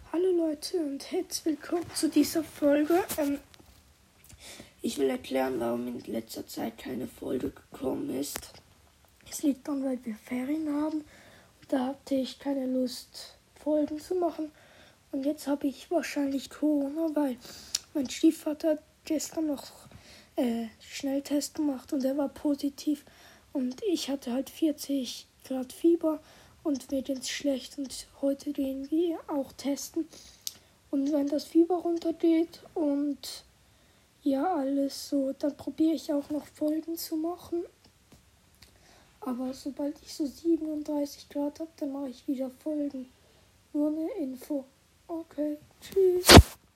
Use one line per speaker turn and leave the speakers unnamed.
Hallo Leute und herzlich willkommen zu dieser Folge. Ich will erklären, warum in letzter Zeit keine Folge gekommen ist. Es liegt daran, weil wir Ferien haben und da hatte ich keine Lust, Folgen zu machen. Und jetzt habe ich wahrscheinlich Corona, weil mein Stiefvater hat gestern noch Schnelltest gemacht und der war positiv. Und ich hatte halt 40 Grad Fieber. Und mir geht's schlecht und heute gehen wir auch testen. Und wenn das Fieber runtergeht und ja alles so, dann probiere ich auch noch Folgen zu machen. Aber sobald ich so 37 Grad habe, dann mache ich wieder Folgen. Nur eine Info. Okay, tschüss.